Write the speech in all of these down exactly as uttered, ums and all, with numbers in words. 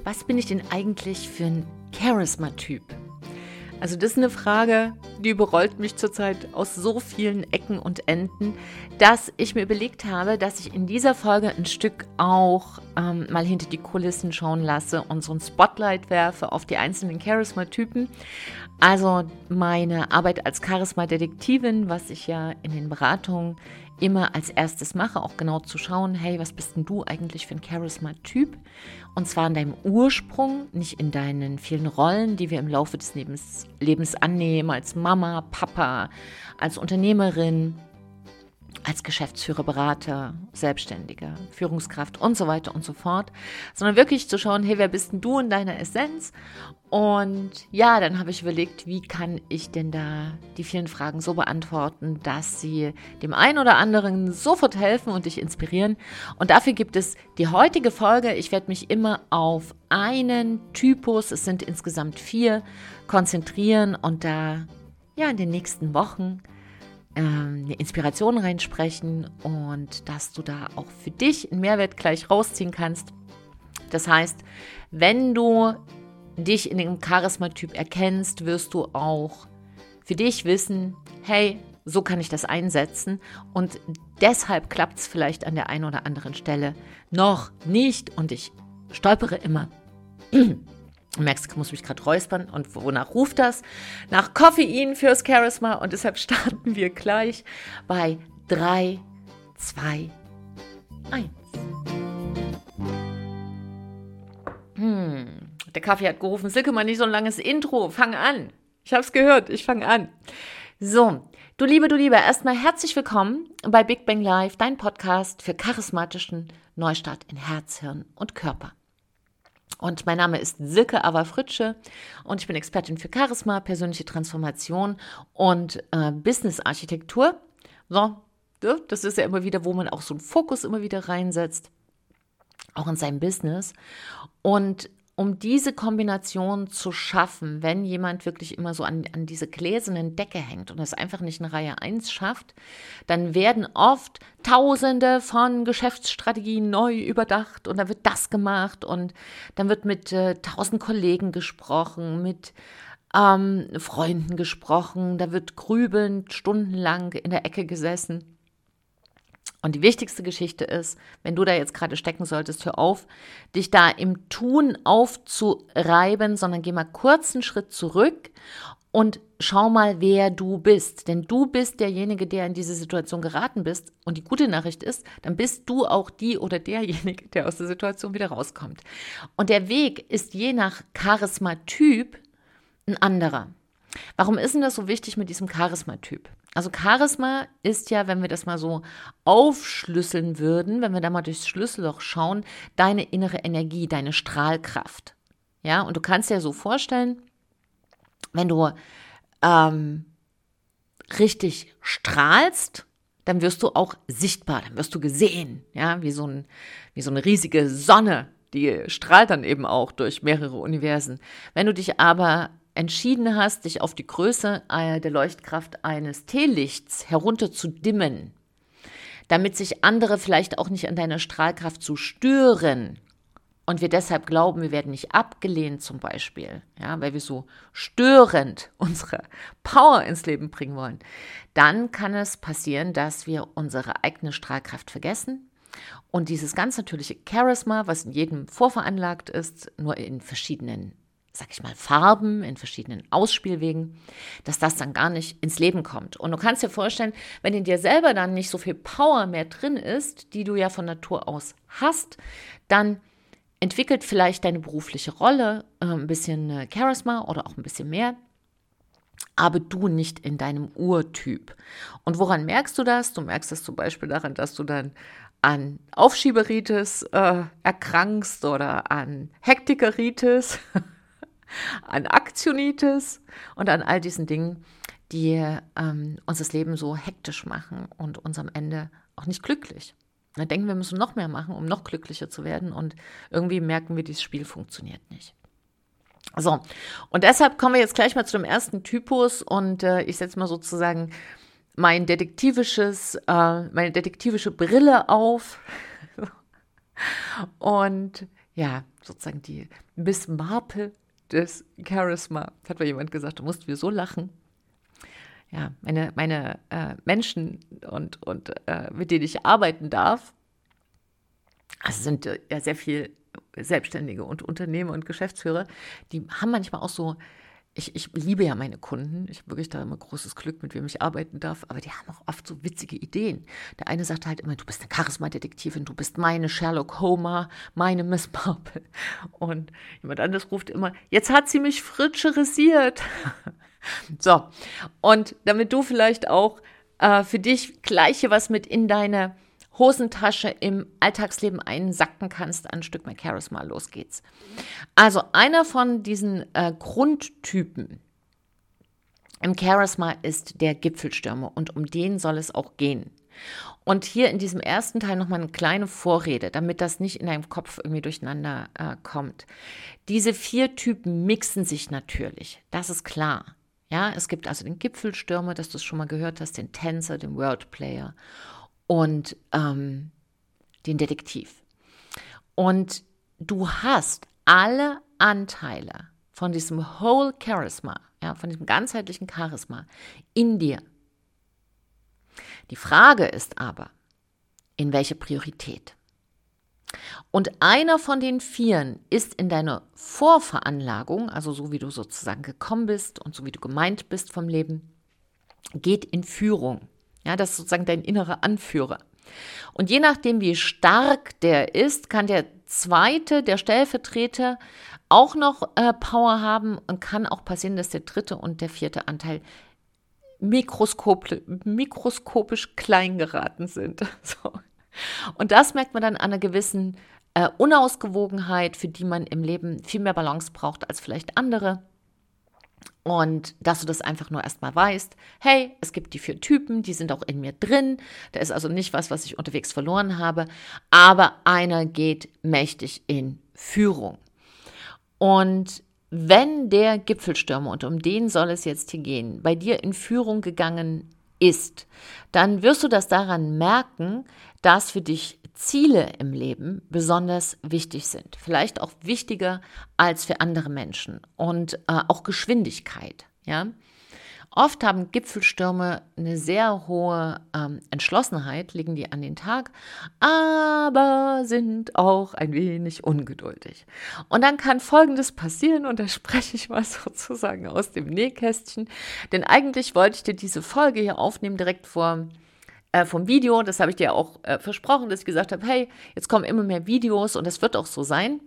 was bin ich denn eigentlich für ein Charisma-Typ? Also das ist eine Frage, die überrollt mich zurzeit aus so vielen Ecken und Enden, dass ich mir überlegt habe, dass ich in dieser Folge ein Stück auch ähm, mal hinter die Kulissen schauen lasse und so ein Spotlight werfe auf die einzelnen Charisma-Typen. Also meine Arbeit als Charisma-Detektivin, was ich ja in den Beratungen immer als erstes mache, auch genau zu schauen, hey, was bist denn du eigentlich für ein Charisma-Typ? Und zwar in deinem Ursprung, nicht in deinen vielen Rollen, die wir im Laufe des Lebens, Lebens annehmen, als Mama, Papa, als Unternehmerin, als Geschäftsführer, Berater, Selbstständiger, Führungskraft und so weiter und so fort, sondern wirklich zu schauen, hey, wer bist denn du in deiner Essenz? Und ja, dann habe ich überlegt, wie kann ich denn da die vielen Fragen so beantworten, dass sie dem einen oder anderen sofort helfen und dich inspirieren. Und dafür gibt es die heutige Folge. Ich werde mich immer auf einen Typus, es sind insgesamt vier, konzentrieren und da ja in den nächsten Wochen eine Inspiration reinsprechen und dass du da auch für dich einen Mehrwert gleich rausziehen kannst. Das heißt, wenn du dich in dem Charisma-Typ erkennst, wirst du auch für dich wissen, hey, so kann ich das einsetzen und deshalb klappt es vielleicht an der einen oder anderen Stelle noch nicht und ich stolpere immer. Du merkst, ich muss mich gerade räuspern und wonach ruft das? Nach Koffein fürs Charisma und deshalb starten wir gleich bei drei, zwei, eins. Hm, der Kaffee hat gerufen, Silke, mal nicht so ein langes Intro, fang an. Ich habe es gehört, ich fange an. So, du Liebe, du Liebe, erstmal herzlich willkommen bei Big Bang Live, dein Podcast für charismatischen Neustart in Herz, Hirn und Körper. Und mein Name ist Silke Ava-Fritsche und ich bin Expertin für Charisma, persönliche Transformation und äh, Business-Architektur. So, das ist ja immer wieder, wo man auch so einen Fokus immer wieder reinsetzt, auch in seinem Business. Und um diese Kombination zu schaffen, wenn jemand wirklich immer so an, an diese gläsernen Decke hängt und es einfach nicht in Reihe eins schafft, dann werden oft Tausende von Geschäftsstrategien neu überdacht und dann wird das gemacht und dann wird mit äh, tausend Kollegen gesprochen, mit ähm, Freunden gesprochen, da wird grübelnd stundenlang in der Ecke gesessen. Und die wichtigste Geschichte ist, wenn du da jetzt gerade stecken solltest, hör auf, dich da im Tun aufzureiben, sondern geh mal kurz einen Schritt zurück und schau mal, wer du bist. Denn du bist derjenige, der in diese Situation geraten bist. Und die gute Nachricht ist, dann bist du auch die oder derjenige, der aus der Situation wieder rauskommt. Und der Weg ist je nach Charisma-Typ ein anderer. Warum ist denn das so wichtig mit diesem Charisma-Typ? Also Charisma ist ja, wenn wir das mal so aufschlüsseln würden, wenn wir da mal durchs Schlüsselloch schauen, deine innere Energie, deine Strahlkraft. Ja, und du kannst dir so vorstellen, wenn du ähm, richtig strahlst, dann wirst du auch sichtbar, dann wirst du gesehen, ja, wie so, ein, wie so eine riesige Sonne, die strahlt dann eben auch durch mehrere Universen. Wenn du dich aber entschieden hast, dich auf die Größe der Leuchtkraft eines Teelichts herunter zu dimmen, damit sich andere vielleicht auch nicht an deiner Strahlkraft zu stören und wir deshalb glauben, wir werden nicht abgelehnt zum Beispiel, ja, weil wir so störend unsere Power ins Leben bringen wollen, dann kann es passieren, dass wir unsere eigene Strahlkraft vergessen und dieses ganz natürliche Charisma, was in jedem vorveranlagt ist, nur in verschiedenen sag ich mal, Farben, in verschiedenen Ausspielwegen, dass das dann gar nicht ins Leben kommt. Und du kannst dir vorstellen, wenn in dir selber dann nicht so viel Power mehr drin ist, die du ja von Natur aus hast, dann entwickelt vielleicht deine berufliche Rolle äh, ein bisschen äh, Charisma oder auch ein bisschen mehr, aber du nicht in deinem Urtyp. Und woran merkst du das? Du merkst das zum Beispiel daran, dass du dann an Aufschieberitis äh, erkrankst oder an Hektikeritis, an Aktionitis und an all diesen Dingen, die ähm, uns das Leben so hektisch machen und uns am Ende auch nicht glücklich. Dann denken wir, wir müssen noch mehr machen, um noch glücklicher zu werden und irgendwie merken wir, dieses Spiel funktioniert nicht. So, und deshalb kommen wir jetzt gleich mal zu dem ersten Typus und äh, ich setze mal sozusagen mein detektivisches, äh, meine detektivische Brille auf und ja, sozusagen die Miss Marple des Charisma. Hat mal jemand gesagt, da mussten wir so lachen. Ja, meine, meine äh, Menschen und, und äh, mit denen ich arbeiten darf, also sind äh, ja sehr viel Selbstständige und Unternehmer und Geschäftsführer, die haben manchmal auch so, ich, ich liebe ja meine Kunden, ich habe wirklich da immer großes Glück, mit wem ich arbeiten darf, aber die haben auch oft so witzige Ideen. Der eine sagt halt immer, du bist eine Charisma-Detektivin, du bist meine Sherlock Holmes, meine Miss Marple. Und jemand anderes ruft immer, jetzt hat sie mich fritscheriert. So, und damit du vielleicht auch äh, für dich gleich hier was mit in deine Hosentasche im Alltagsleben einsacken kannst, ein Stück mehr Charisma, los geht's. Also einer von diesen äh, Grundtypen im Charisma ist der Gipfelstürmer und um den soll es auch gehen. Und hier in diesem ersten Teil nochmal eine kleine Vorrede, damit das nicht in deinem Kopf irgendwie durcheinander äh, kommt. Diese vier Typen mixen sich natürlich, das ist klar. Ja, es gibt also den Gipfelstürmer, dass du es schon mal gehört hast, den Tänzer, den Worldplayer und ähm, den Detektiv. Und du hast alle Anteile von diesem Whole Charisma, ja, von diesem ganzheitlichen Charisma in dir. Die Frage ist aber, in welche Priorität? Und einer von den Vieren ist in deiner Vorveranlagung, also so wie du sozusagen gekommen bist und so wie du gemeint bist vom Leben, geht in Führung. Ja, das ist sozusagen dein innerer Anführer. Und je nachdem, wie stark der ist, kann der zweite, der Stellvertreter, auch noch äh, Power haben und kann auch passieren, dass der dritte und der vierte Anteil mikroskop mikroskopisch klein geraten sind. So. Und das merkt man dann an einer gewissen äh, Unausgewogenheit, für die man im Leben viel mehr Balance braucht als vielleicht andere. Und dass du das einfach nur erstmal weißt, hey, es gibt die vier Typen, die sind auch in mir drin. Da ist also nicht was, was ich unterwegs verloren habe, aber einer geht mächtig in Führung. Und wenn der Gipfelstürmer, und um den soll es jetzt hier gehen, bei dir in Führung gegangen ist, dann wirst du das daran merken, dass für dich Ziele im Leben besonders wichtig sind. Vielleicht auch wichtiger als für andere Menschen. Und äh, auch Geschwindigkeit. Ja? Oft haben Gipfelstürme eine sehr hohe ähm, Entschlossenheit, legen die an den Tag, aber sind auch ein wenig ungeduldig. Und dann kann Folgendes passieren, und da spreche ich mal sozusagen aus dem Nähkästchen, denn eigentlich wollte ich dir diese Folge hier aufnehmen, direkt vor äh, vom Video, das habe ich dir auch äh, versprochen, dass ich gesagt habe, hey, jetzt kommen immer mehr Videos und das wird auch so sein.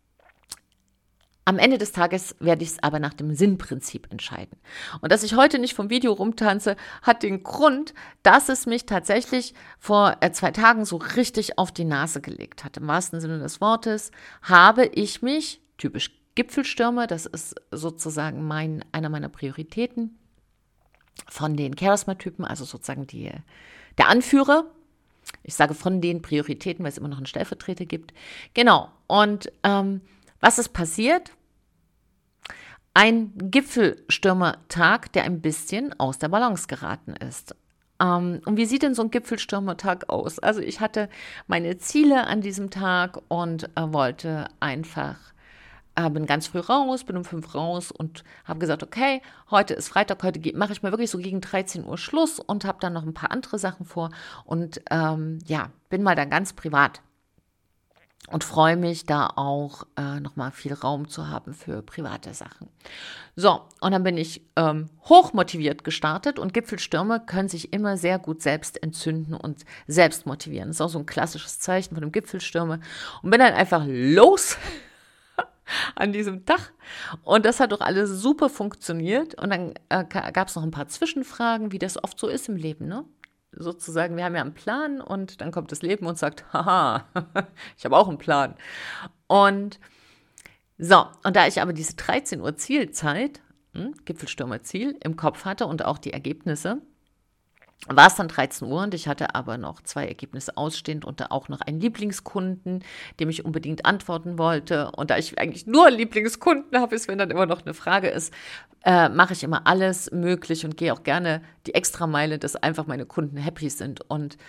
Am Ende des Tages werde ich es aber nach dem Sinnprinzip entscheiden. Und dass ich heute nicht vom Video rumtanze, hat den Grund, dass es mich tatsächlich vor äh, zwei Tagen so richtig auf die Nase gelegt hat. Im wahrsten Sinne des Wortes habe ich mich, typisch Gipfelstürmer, das ist sozusagen mein, einer meiner Prioritäten von den Charisma-Typen, also sozusagen die, der Anführer. Ich sage von den Prioritäten, weil es immer noch einen Stellvertreter gibt. Genau, und ähm, was ist passiert? Ein Gipfelstürmertag, der ein bisschen aus der Balance geraten ist. Ähm, und wie sieht denn so ein Gipfelstürmertag aus? Also ich hatte meine Ziele an diesem Tag und äh, wollte einfach, äh, bin ganz früh raus, bin um fünf raus und habe gesagt, okay, heute ist Freitag, heute mache ich mal wirklich so gegen dreizehn Uhr Schluss und habe dann noch ein paar andere Sachen vor und ähm, ja, bin mal dann ganz privat. Und freue mich, da auch äh, nochmal viel Raum zu haben für private Sachen. So, und dann bin ich ähm, hochmotiviert gestartet und Gipfelstürme können sich immer sehr gut selbst entzünden und selbst motivieren. Das ist auch so ein klassisches Zeichen von einem Gipfelstürmer. Und bin dann einfach los an diesem Tag. Und das hat doch alles super funktioniert. Und dann äh, gab es noch ein paar Zwischenfragen, wie das oft so ist im Leben, ne? Sozusagen, wir haben ja einen Plan und dann kommt das Leben und sagt, haha, ich habe auch einen Plan. Und so, und da ich aber diese dreizehn Uhr Zielzeit, hm, Gipfelstürmer-Ziel, im Kopf hatte und auch die Ergebnisse, war es dann dreizehn Uhr und ich hatte aber noch zwei Ergebnisse ausstehend und da auch noch einen Lieblingskunden, dem ich unbedingt antworten wollte. Und da ich eigentlich nur Lieblingskunden habe, ist, wenn dann immer noch eine Frage ist, äh, mache ich immer alles möglich und gehe auch gerne die Extrameile, dass einfach meine Kunden happy sind. Und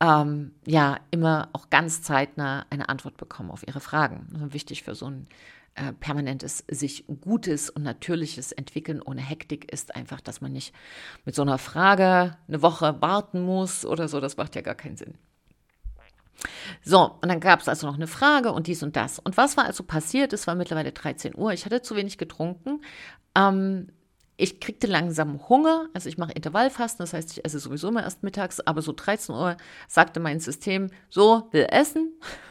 ähm, ja immer auch ganz zeitnah eine Antwort bekommen auf ihre Fragen. Also wichtig für so ein äh, permanentes, sich gutes und natürliches Entwickeln ohne Hektik ist einfach, dass man nicht mit so einer Frage eine Woche warten muss oder so. Das macht ja gar keinen Sinn. So, und dann gab es also noch eine Frage und dies und das. Und was war also passiert? Es war mittlerweile dreizehn Uhr. Ich hatte zu wenig getrunken. Ähm, ich kriegte langsam Hunger. Also ich mache Intervallfasten, das heißt, ich esse sowieso immer erst mittags. Aber so dreizehn Uhr sagte mein System, so, will essen.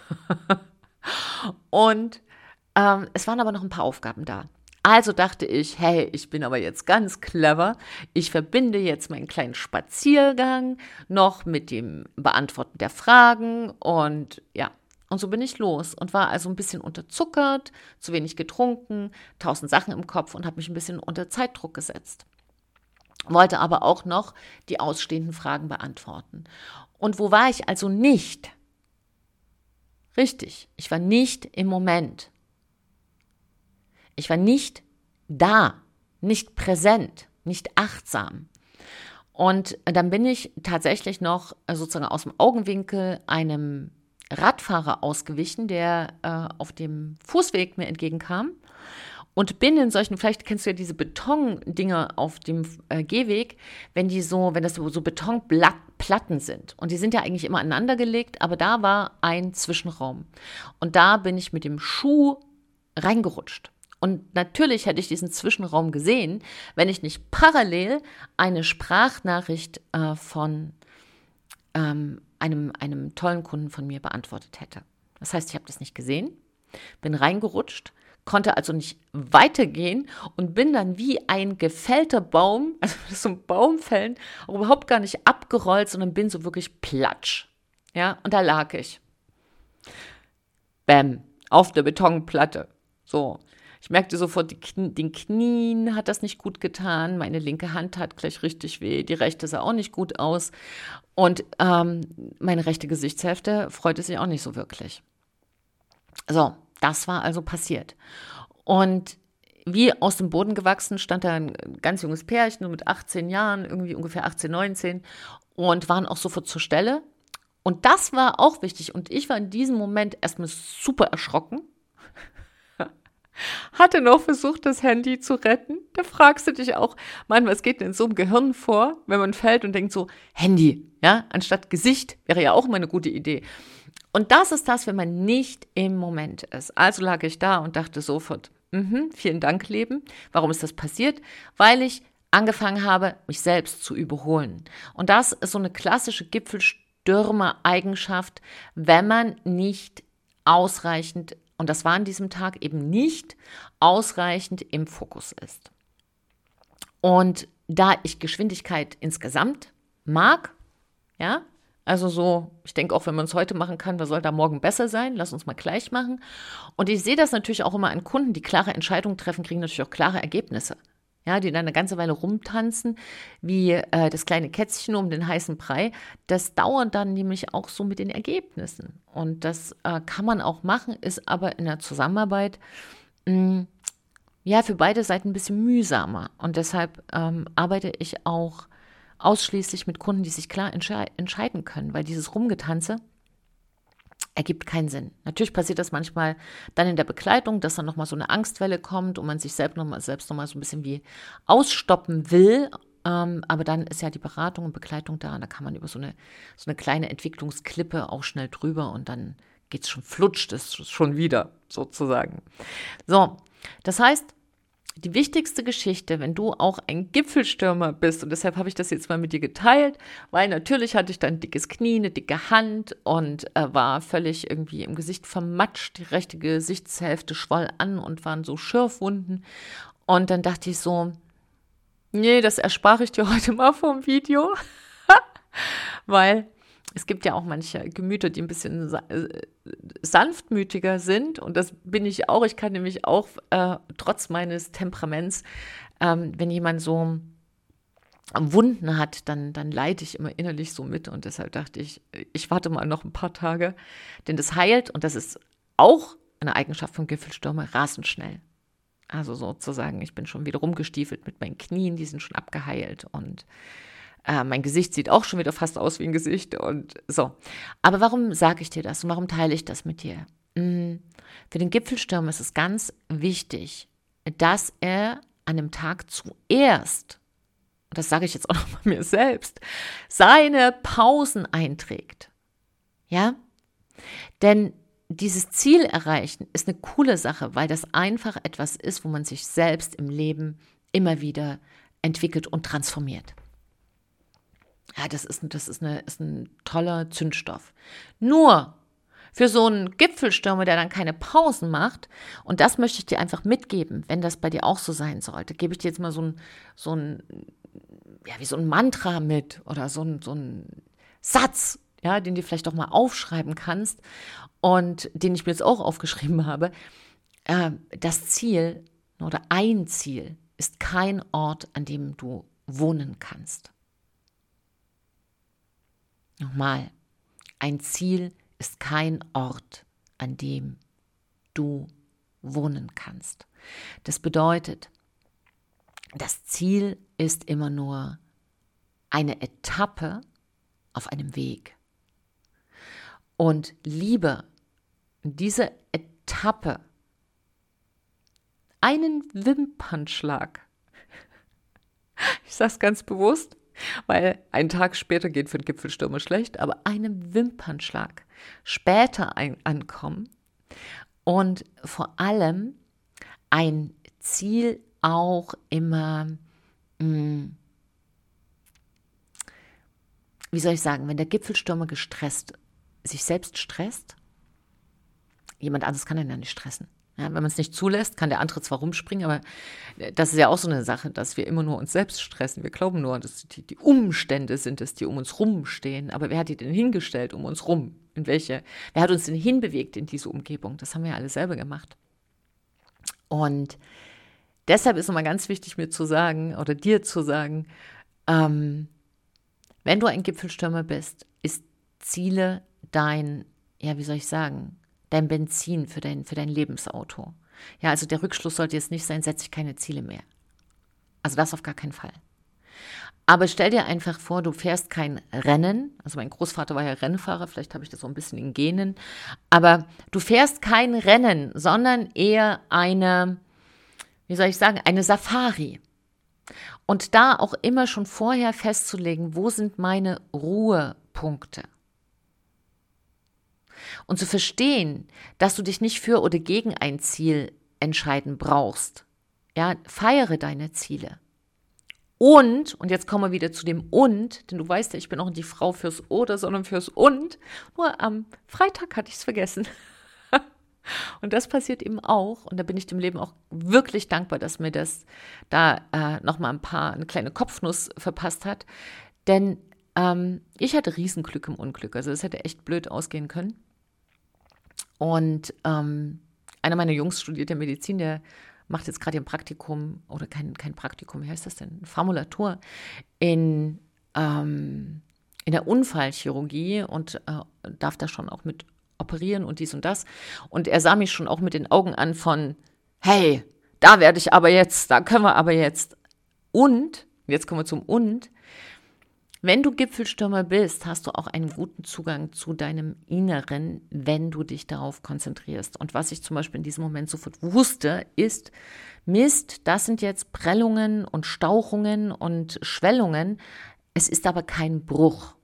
Und ähm, es waren aber noch ein paar Aufgaben da. Also dachte ich, hey, ich bin aber jetzt ganz clever. Ich verbinde jetzt meinen kleinen Spaziergang noch mit dem Beantworten der Fragen und ja, und so bin ich los und war also ein bisschen unterzuckert, zu wenig getrunken, tausend Sachen im Kopf und habe mich ein bisschen unter Zeitdruck gesetzt. Wollte aber auch noch die ausstehenden Fragen beantworten. Und wo war ich also nicht? Richtig, ich war nicht im Moment. Ich war nicht da, nicht präsent, nicht achtsam. Und dann bin ich tatsächlich noch sozusagen aus dem Augenwinkel einem Radfahrer ausgewichen, der äh, auf dem Fußweg mir entgegenkam. Und bin in solchen, vielleicht kennst du ja diese Betondinger auf dem äh, Gehweg, wenn die so, wenn das so, so Betonplatten sind. Und die sind ja eigentlich immer aneinander gelegt, aber da war ein Zwischenraum. Und da bin ich mit dem Schuh reingerutscht. Und natürlich hätte ich diesen Zwischenraum gesehen, wenn ich nicht parallel eine Sprachnachricht äh, von ähm, einem, einem tollen Kunden von mir beantwortet hätte. Das heißt, ich habe das nicht gesehen, bin reingerutscht, konnte also nicht weitergehen und bin dann wie ein gefällter Baum, also so ein Baum fällen, aber überhaupt gar nicht abgerollt, sondern bin so wirklich platsch. Ja, und da lag ich. Bäm, auf der Betonplatte. So. Ich merkte sofort, die Knie, den Knien hat das nicht gut getan. Meine linke Hand tat gleich richtig weh. Die rechte sah auch nicht gut aus. Und ähm, meine rechte Gesichtshälfte freute sich auch nicht so wirklich. So, das war also passiert. Und wie aus dem Boden gewachsen stand da ein ganz junges Pärchen, nur mit achtzehn Jahren, irgendwie ungefähr achtzehn, neunzehn und waren auch sofort zur Stelle. Und das war auch wichtig. Und ich war in diesem Moment erstmal super erschrocken. Hatte noch versucht, das Handy zu retten. Da fragst du dich auch, Mann, was geht denn in so einem Gehirn vor, wenn man fällt und denkt so, Handy, ja, anstatt Gesicht, wäre ja auch immer eine gute Idee. Und das ist das, wenn man nicht im Moment ist. Also lag ich da und dachte sofort, mhm, vielen Dank, Leben. Warum ist das passiert? Weil ich angefangen habe, mich selbst zu überholen. Und das ist so eine klassische Gipfelstürmer-Eigenschaft, wenn man nicht ausreichend, und das war an diesem Tag eben nicht ausreichend im Fokus ist. Und da ich Geschwindigkeit insgesamt mag, ja, also so, ich denke auch, wenn man es heute machen kann, was soll da morgen besser sein? Lass uns mal gleich machen. Und ich sehe das natürlich auch immer an Kunden, die klare Entscheidungen treffen, kriegen natürlich auch klare Ergebnisse. Ja, die dann eine ganze Weile rumtanzen, wie äh, das kleine Kätzchen um den heißen Brei. Das dauert dann nämlich auch so mit den Ergebnissen. Und das äh, kann man auch machen, ist aber in der Zusammenarbeit mh, ja für beide Seiten ein bisschen mühsamer. Und deshalb ähm, arbeite ich auch ausschließlich mit Kunden, die sich klar entsche- entscheiden können, weil dieses Rumgetanze ergibt keinen Sinn. Natürlich passiert das manchmal dann in der Begleitung, dass dann nochmal so eine Angstwelle kommt und man sich selbst nochmal selbst noch mal so ein bisschen wie ausstoppen will. Ähm, aber dann ist ja die Beratung und Begleitung da und da kann man über so eine, so eine kleine Entwicklungsklippe auch schnell drüber und dann geht es schon, flutscht es schon wieder sozusagen. So, das heißt, die wichtigste Geschichte, wenn du auch ein Gipfelstürmer bist, und deshalb habe ich das jetzt mal mit dir geteilt, weil natürlich hatte ich dann ein dickes Knie, eine dicke Hand und äh, war völlig irgendwie im Gesicht vermatscht. Die rechte Gesichtshälfte schwoll an und waren so Schürfwunden. Und dann dachte ich so, nee, das erspare ich dir heute mal vom Video, weil es gibt ja auch manche Gemüter, die ein bisschen sa- äh, sanftmütiger sind und das bin ich auch. Ich kann nämlich auch äh, trotz meines Temperaments, ähm, wenn jemand so Wunden hat, dann, dann leide ich immer innerlich so mit und deshalb dachte ich, ich warte mal noch ein paar Tage, denn das heilt und das ist auch eine Eigenschaft vom Gipfelstürmer, rasend schnell. Also sozusagen, ich bin schon wieder rumgestiefelt mit meinen Knien, die sind schon abgeheilt und Äh, mein Gesicht sieht auch schon wieder fast aus wie ein Gesicht und so. Aber warum sage ich dir das und warum teile ich das mit dir? Hm, für den Gipfelstürmer ist es ganz wichtig, dass er an dem Tag zuerst, und das sage ich jetzt auch noch mal mir selbst, seine Pausen einträgt. Ja? Denn dieses Ziel erreichen ist eine coole Sache, weil das einfach etwas ist, wo man sich selbst im Leben immer wieder entwickelt und transformiert. Ja, das ist, das ist, eine, ist ein toller Zündstoff. Nur für so einen Gipfelstürmer, der dann keine Pausen macht, und das möchte ich dir einfach mitgeben, wenn das bei dir auch so sein sollte, gebe ich dir jetzt mal so ein, so ein, ja, wie so ein Mantra mit oder so ein, so ein Satz, ja, den du vielleicht auch mal aufschreiben kannst und den ich mir jetzt auch aufgeschrieben habe. Äh, das Ziel oder ein Ziel ist kein Ort, an dem du wohnen kannst. Nochmal, ein Ziel ist kein Ort, an dem du wohnen kannst. Das bedeutet, das Ziel ist immer nur eine Etappe auf einem Weg. Und liebe diese Etappe einen Wimpernschlag. Ich sage es ganz bewusst, weil einen Tag später geht für den Gipfelstürmer schlecht, aber einen Wimpernschlag später ein, ankommen und vor allem ein Ziel auch immer, mh, wie soll ich sagen, wenn der Gipfelstürmer gestresst, sich selbst stresst, jemand anderes kann ihn ja nicht stressen. Ja, wenn man es nicht zulässt, kann der andere zwar rumspringen, aber das ist ja auch so eine Sache, dass wir immer nur uns selbst stressen. Wir glauben nur, dass die, die Umstände sind es, die um uns rumstehen. Aber wer hat die denn hingestellt um uns rum? In welche? Wer hat uns denn hinbewegt in diese Umgebung? Das haben wir ja alle selber gemacht. Und deshalb ist es immer ganz wichtig, mir zu sagen oder dir zu sagen, ähm, wenn du ein Gipfelstürmer bist, ist Ziele dein, ja, wie soll ich sagen, dein Benzin für dein, für dein Lebensauto. Ja, also der Rückschluss sollte jetzt nicht sein, setze ich keine Ziele mehr. Also das auf gar keinen Fall. Aber stell dir einfach vor, du fährst kein Rennen. Also mein Großvater war ja Rennfahrer, vielleicht habe ich das so ein bisschen in Genen. Aber du fährst kein Rennen, sondern eher eine, wie soll ich sagen, eine Safari. Und da auch immer schon vorher festzulegen, wo sind meine Ruhepunkte? Und zu verstehen, dass du dich nicht für oder gegen ein Ziel entscheiden brauchst. Ja, feiere deine Ziele. Und, und jetzt kommen wir wieder zu dem Und, denn du weißt ja, ich bin auch nicht die Frau fürs Oder, sondern fürs Und. Nur am Freitag hatte ich es vergessen. Und das passiert eben auch. Und da bin ich dem Leben auch wirklich dankbar, dass mir das da äh, nochmal ein paar, eine kleine Kopfnuss verpasst hat. Denn ähm, ich hatte Riesenglück im Unglück. Also es hätte echt blöd ausgehen können. Und ähm, einer meiner Jungs studiert ja Medizin, der macht jetzt gerade ein Praktikum, oder kein, kein Praktikum, wie heißt das denn? Formulatur in, ähm, in der Unfallchirurgie und äh, darf da schon auch mit operieren und dies und das. Und er sah mich schon auch mit den Augen an von, hey, da werde ich aber jetzt, da können wir aber jetzt. Und, jetzt kommen wir zum Und, wenn du Gipfelstürmer bist, hast du auch einen guten Zugang zu deinem Inneren, wenn du dich darauf konzentrierst. Und was ich zum Beispiel in diesem Moment sofort wusste, ist, Mist, das sind jetzt Prellungen und Stauchungen und Schwellungen. Es ist aber kein Bruch.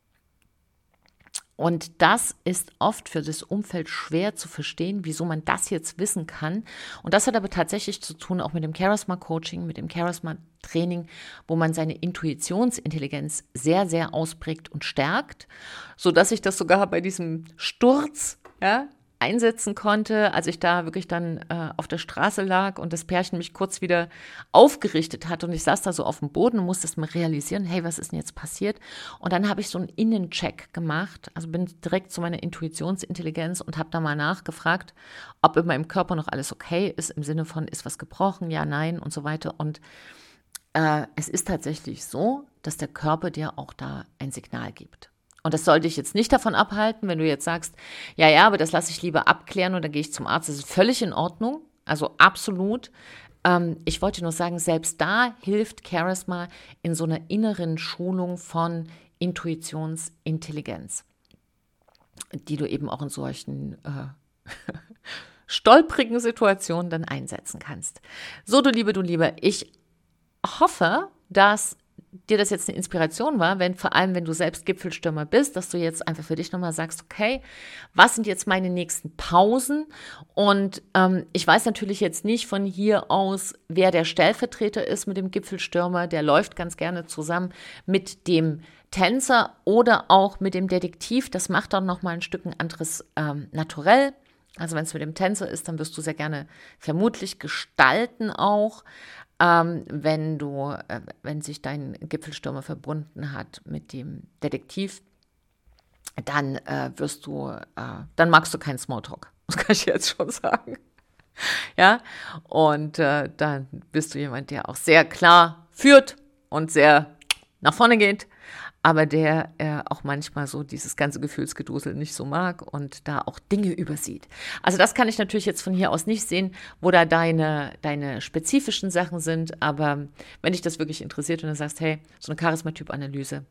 Und das ist oft für das Umfeld schwer zu verstehen, wieso man das jetzt wissen kann. Und das hat aber tatsächlich zu tun auch mit dem Charisma-Coaching, mit dem Charisma-Training, wo man seine Intuitionsintelligenz sehr, sehr ausprägt und stärkt, sodass ich das sogar bei diesem Sturz, ja, einsetzen konnte, als ich da wirklich dann äh, auf der Straße lag und das Pärchen mich kurz wieder aufgerichtet hat und ich saß da so auf dem Boden und musste es mir realisieren, hey, was ist denn jetzt passiert? Und dann habe ich so einen Innencheck gemacht, also bin direkt zu meiner Intuitionsintelligenz und habe da mal nachgefragt, ob in meinem Körper noch alles okay ist, im Sinne von, ist was gebrochen, ja, nein und so weiter. Und äh, es ist tatsächlich so, dass der Körper dir auch da ein Signal gibt. Und das soll dich jetzt nicht davon abhalten, wenn du jetzt sagst, ja, ja, aber das lasse ich lieber abklären und dann gehe ich zum Arzt. Das ist völlig in Ordnung, also absolut. Ähm, ich wollte nur sagen, selbst da hilft Charisma in so einer inneren Schulung von Intuitionsintelligenz, die du eben auch in solchen äh, stolprigen Situationen dann einsetzen kannst. So, du Liebe, du Liebe, ich hoffe, dass dir das jetzt eine Inspiration war, wenn vor allem, wenn du selbst Gipfelstürmer bist, dass du jetzt einfach für dich nochmal sagst, okay, was sind jetzt meine nächsten Pausen? Und ähm, ich weiß natürlich jetzt nicht von hier aus, wer der Stellvertreter ist mit dem Gipfelstürmer. Der läuft ganz gerne zusammen mit dem Tänzer oder auch mit dem Detektiv. Das macht dann nochmal ein Stück ein anderes ähm, Naturell. Also wenn es mit dem Tänzer ist, dann wirst du sehr gerne vermutlich gestalten auch. Ähm, wenn du, äh, wenn sich dein Gipfelstürmer verbunden hat mit dem Detektiv, dann äh, wirst du, äh, dann magst du keinen Smalltalk. Das kann ich jetzt schon sagen. Ja, und äh, dann bist du jemand, der auch sehr klar führt und sehr nach vorne geht, aber der äh, auch manchmal so dieses ganze Gefühlsgedusel nicht so mag und da auch Dinge übersieht. Also das kann ich natürlich jetzt von hier aus nicht sehen, wo da deine, deine spezifischen Sachen sind, aber wenn dich das wirklich interessiert und du sagst, hey, so eine Charismatyp-Analyse,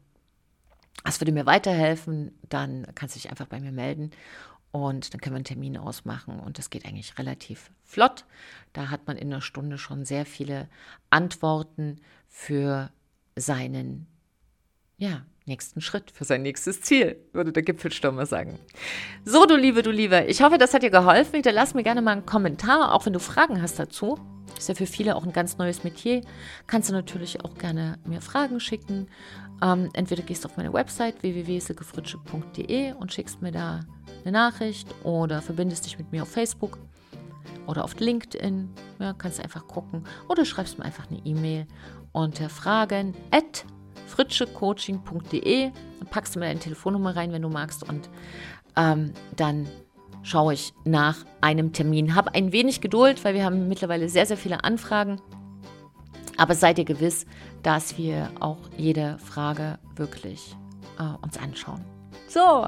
das würde mir weiterhelfen, dann kannst du dich einfach bei mir melden und dann können wir einen Termin ausmachen und das geht eigentlich relativ flott. Da hat man in einer Stunde schon sehr viele Antworten für seinen Ja, nächsten Schritt, für sein nächstes Ziel, würde der Gipfelstürmer sagen. So, du Liebe, du Liebe, ich hoffe, das hat dir geholfen. Hinterlass mir gerne mal einen Kommentar, auch wenn du Fragen hast dazu. Ist ja für viele auch ein ganz neues Metier. Kannst du natürlich auch gerne mir Fragen schicken. Ähm, entweder gehst du auf meine Website w w w punkt silke fritsche punkt d e und schickst mir da eine Nachricht oder verbindest dich mit mir auf Facebook oder auf LinkedIn. Ja, kannst du einfach gucken. Oder schreibst mir einfach eine E-Mail unter fragen at fritsche coaching punkt d e, dann packst du mir deine Telefonnummer rein, wenn du magst und ähm, dann schaue ich nach einem Termin. Hab ein wenig Geduld, weil wir haben mittlerweile sehr, sehr viele Anfragen, aber sei dir gewiss, dass wir auch jede Frage wirklich äh, uns anschauen. So,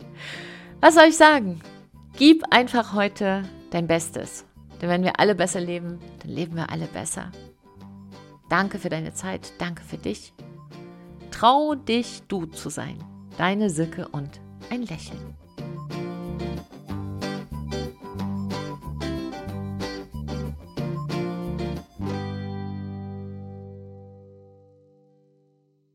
was soll ich sagen? Gib einfach heute dein Bestes, denn wenn wir alle besser leben, dann leben wir alle besser. Danke für deine Zeit, danke für dich. Trau dich, du zu sein. Deine Silke und ein Lächeln.